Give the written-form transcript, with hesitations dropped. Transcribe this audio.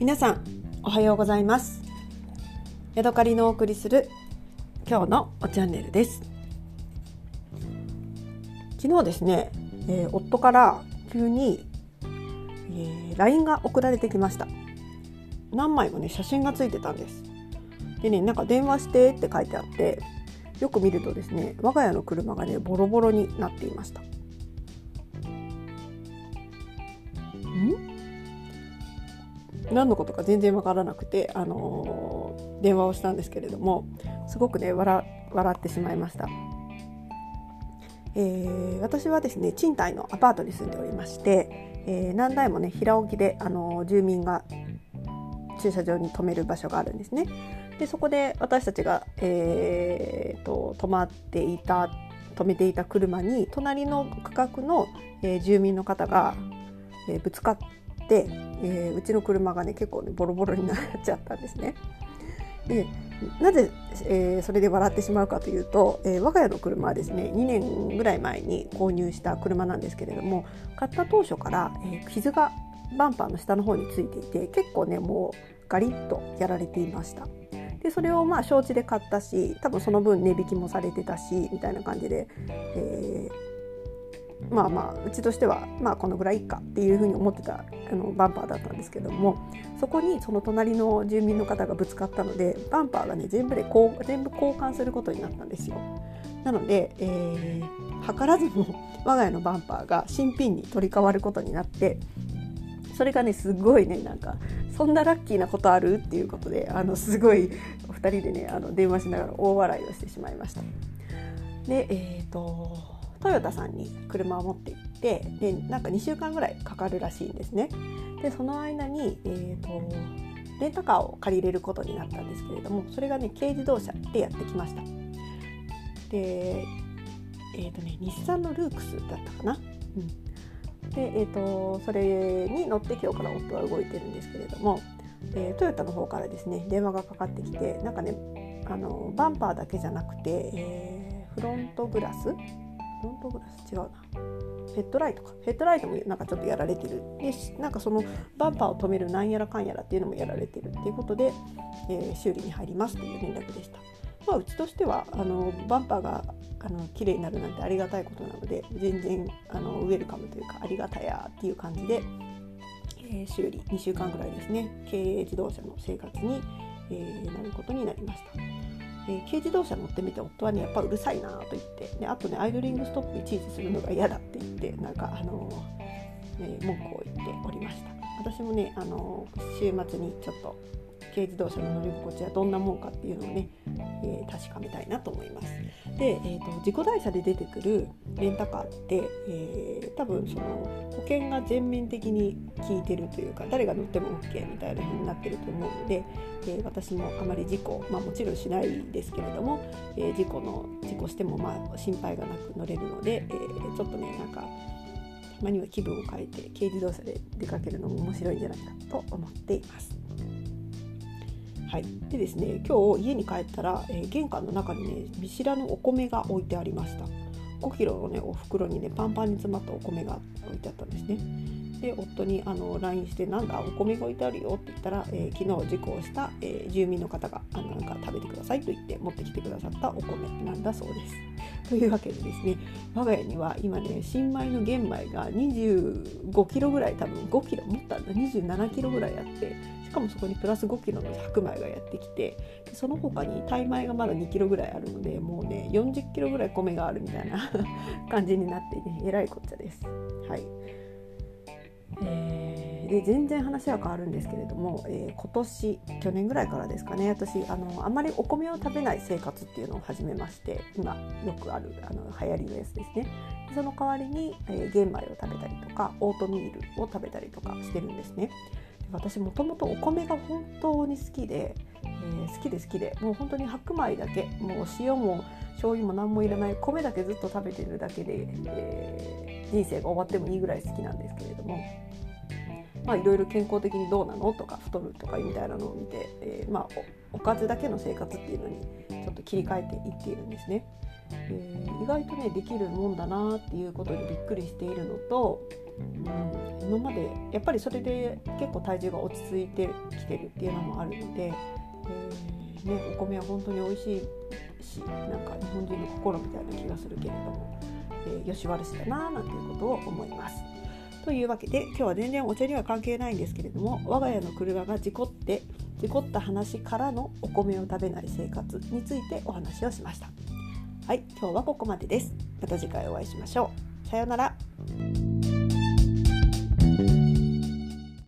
皆さんおはようございます。ヤドカリのお送りする今日のおチャンネルです。昨日ですね、夫から急に、LINE が送られてきました。何枚もね写真がついてたんです。でね、なんか電話してって書いてあって、よく見るとですね、我が家の車がねボロボロになっていました。何のことか全然わからなくて、電話をしたんですけれども、すごくね笑ってしまいました。私はですね、賃貸のアパートに住んでおりまして、何台もね平置きで、住民が駐車場に止める場所があるんですね。でそこで私たちが、止めていた車に隣の区画の、住民の方が、ぶつかって、うちの車がね結構ねボロボロになっちゃったんですね。でなぜ、それで笑ってしまうかというと、我が家の車はですね2年ぐらい前に購入した車なんですけれども、買った当初から、傷がバンパーの下の方についていて、結構ねもうガリッとやられていました。でそれを承知で買ったし、多分その分値引きもされてたしみたいな感じで、うちとしてはこのぐらいいいかっていうふうに思ってたバンパーだったんですけども、そこにその隣の住民の方がぶつかったので、バンパーがね全部交換することになったんですよ。なので、図らずも我が家のバンパーが新品に取り替わることになって、それがねすごいね、なんかそんなラッキーなことあるっていうことで、すごいお二人でね電話しながら大笑いをしてしまいました。でトヨタさんに車を持って行って、でなんか2週間ぐらいかかるらしいんですね。でその間に、レンタカーを借りれることになったんですけれども、それがね軽自動車でやってきました。で日産のルークスだったかな、でそれに乗って今日から夫は動いてるんですけれども、トヨタの方からですね電話がかかってきて、なんかねバンパーだけじゃなくて、フロントグラス違うな、ヘッドライトもなんかちょっとやられてる。でなんかそのバンパーを止めるなんやらかんやらっていうのもやられてるっていうことで、修理に入りますという連絡でした。うちとしてはバンパーが綺麗になるなんてありがたいことなので、全然ウェルカムというかありがたやっていう感じで、修理2週間ぐらいですね、軽自動車の生活に、なることになりました。軽自動車乗ってみて、夫はねやっぱうるさいなと言って、であとねアイドリングストップいちいちするのが嫌だって言って、なんか文句を言っておりました。私もね週末にちょっと軽自動車の乗り心地はどんなもんかっていうのをね、確かめたいなと思います。で、自己会社で出てくるレンタカーって、多分その保険が全面的に効いてるというか、誰が乗っても OK みたいな風になってると思うので、私もあまり事故、もちろんしないですけれども、事故しても心配がなく乗れるので、ちょっとねなんかたまには気分を変えて軽自動車で出かけるのも面白いんじゃないかと思っています。はい、でですね、今日家に帰ったら、玄関の中にね見知らぬお米が置いてありました。5キロのねお袋にねパンパンに詰まったお米が置いてあったんですね。で夫にLINE して、なんだお米が置いてあるよって言ったら、昨日事故をした、住民の方がなんか食べてくださいと言って持ってきてくださったお米なんだそうです。というわけでですね、我が家には今ね新米の玄米が25キロぐらい、多分5キロもったんだ、27キロぐらいあって、しかもそこにプラス5キロの白米がやってきて、その他にタイ米がまだ2キロぐらいあるので、もうね40キロぐらい米があるみたいな感じになってね、えらいこっちゃです。はい。で全然話は変わるんですけれども、去年ぐらいからですかね、私あまりお米を食べない生活っていうのを始めまして、今よくある流行りのやつですね。その代わりに、玄米を食べたりとかオートミールを食べたりとかしてるんですね。私もともとお米が本当に好きで、もう本当に白米だけ、もう塩も醤油も何もいらない米だけずっと食べてるだけで、人生が終わってもいいぐらい好きなんですけれども、いろいろ健康的にどうなのとか太るとかみたいなのを見て、おかずだけの生活っていうのにちょっと切り替えていっているんですね。意外とねできるもんだなっていうことにびっくりしているのと、 今までやっぱりそれで結構体重が落ち着いてきてるっていうのもあるので、お米は本当に美味しいし、なんか日本人の心みたいな気がするけれども、よし悪しだななんていうことを思います。というわけで今日は全然お茶には関係ないんですけれども、我が家の車が事故った話からのお米を食べない生活についてお話をしました。はい、今日はここまでです。また次回お会いしましょう。さようなら。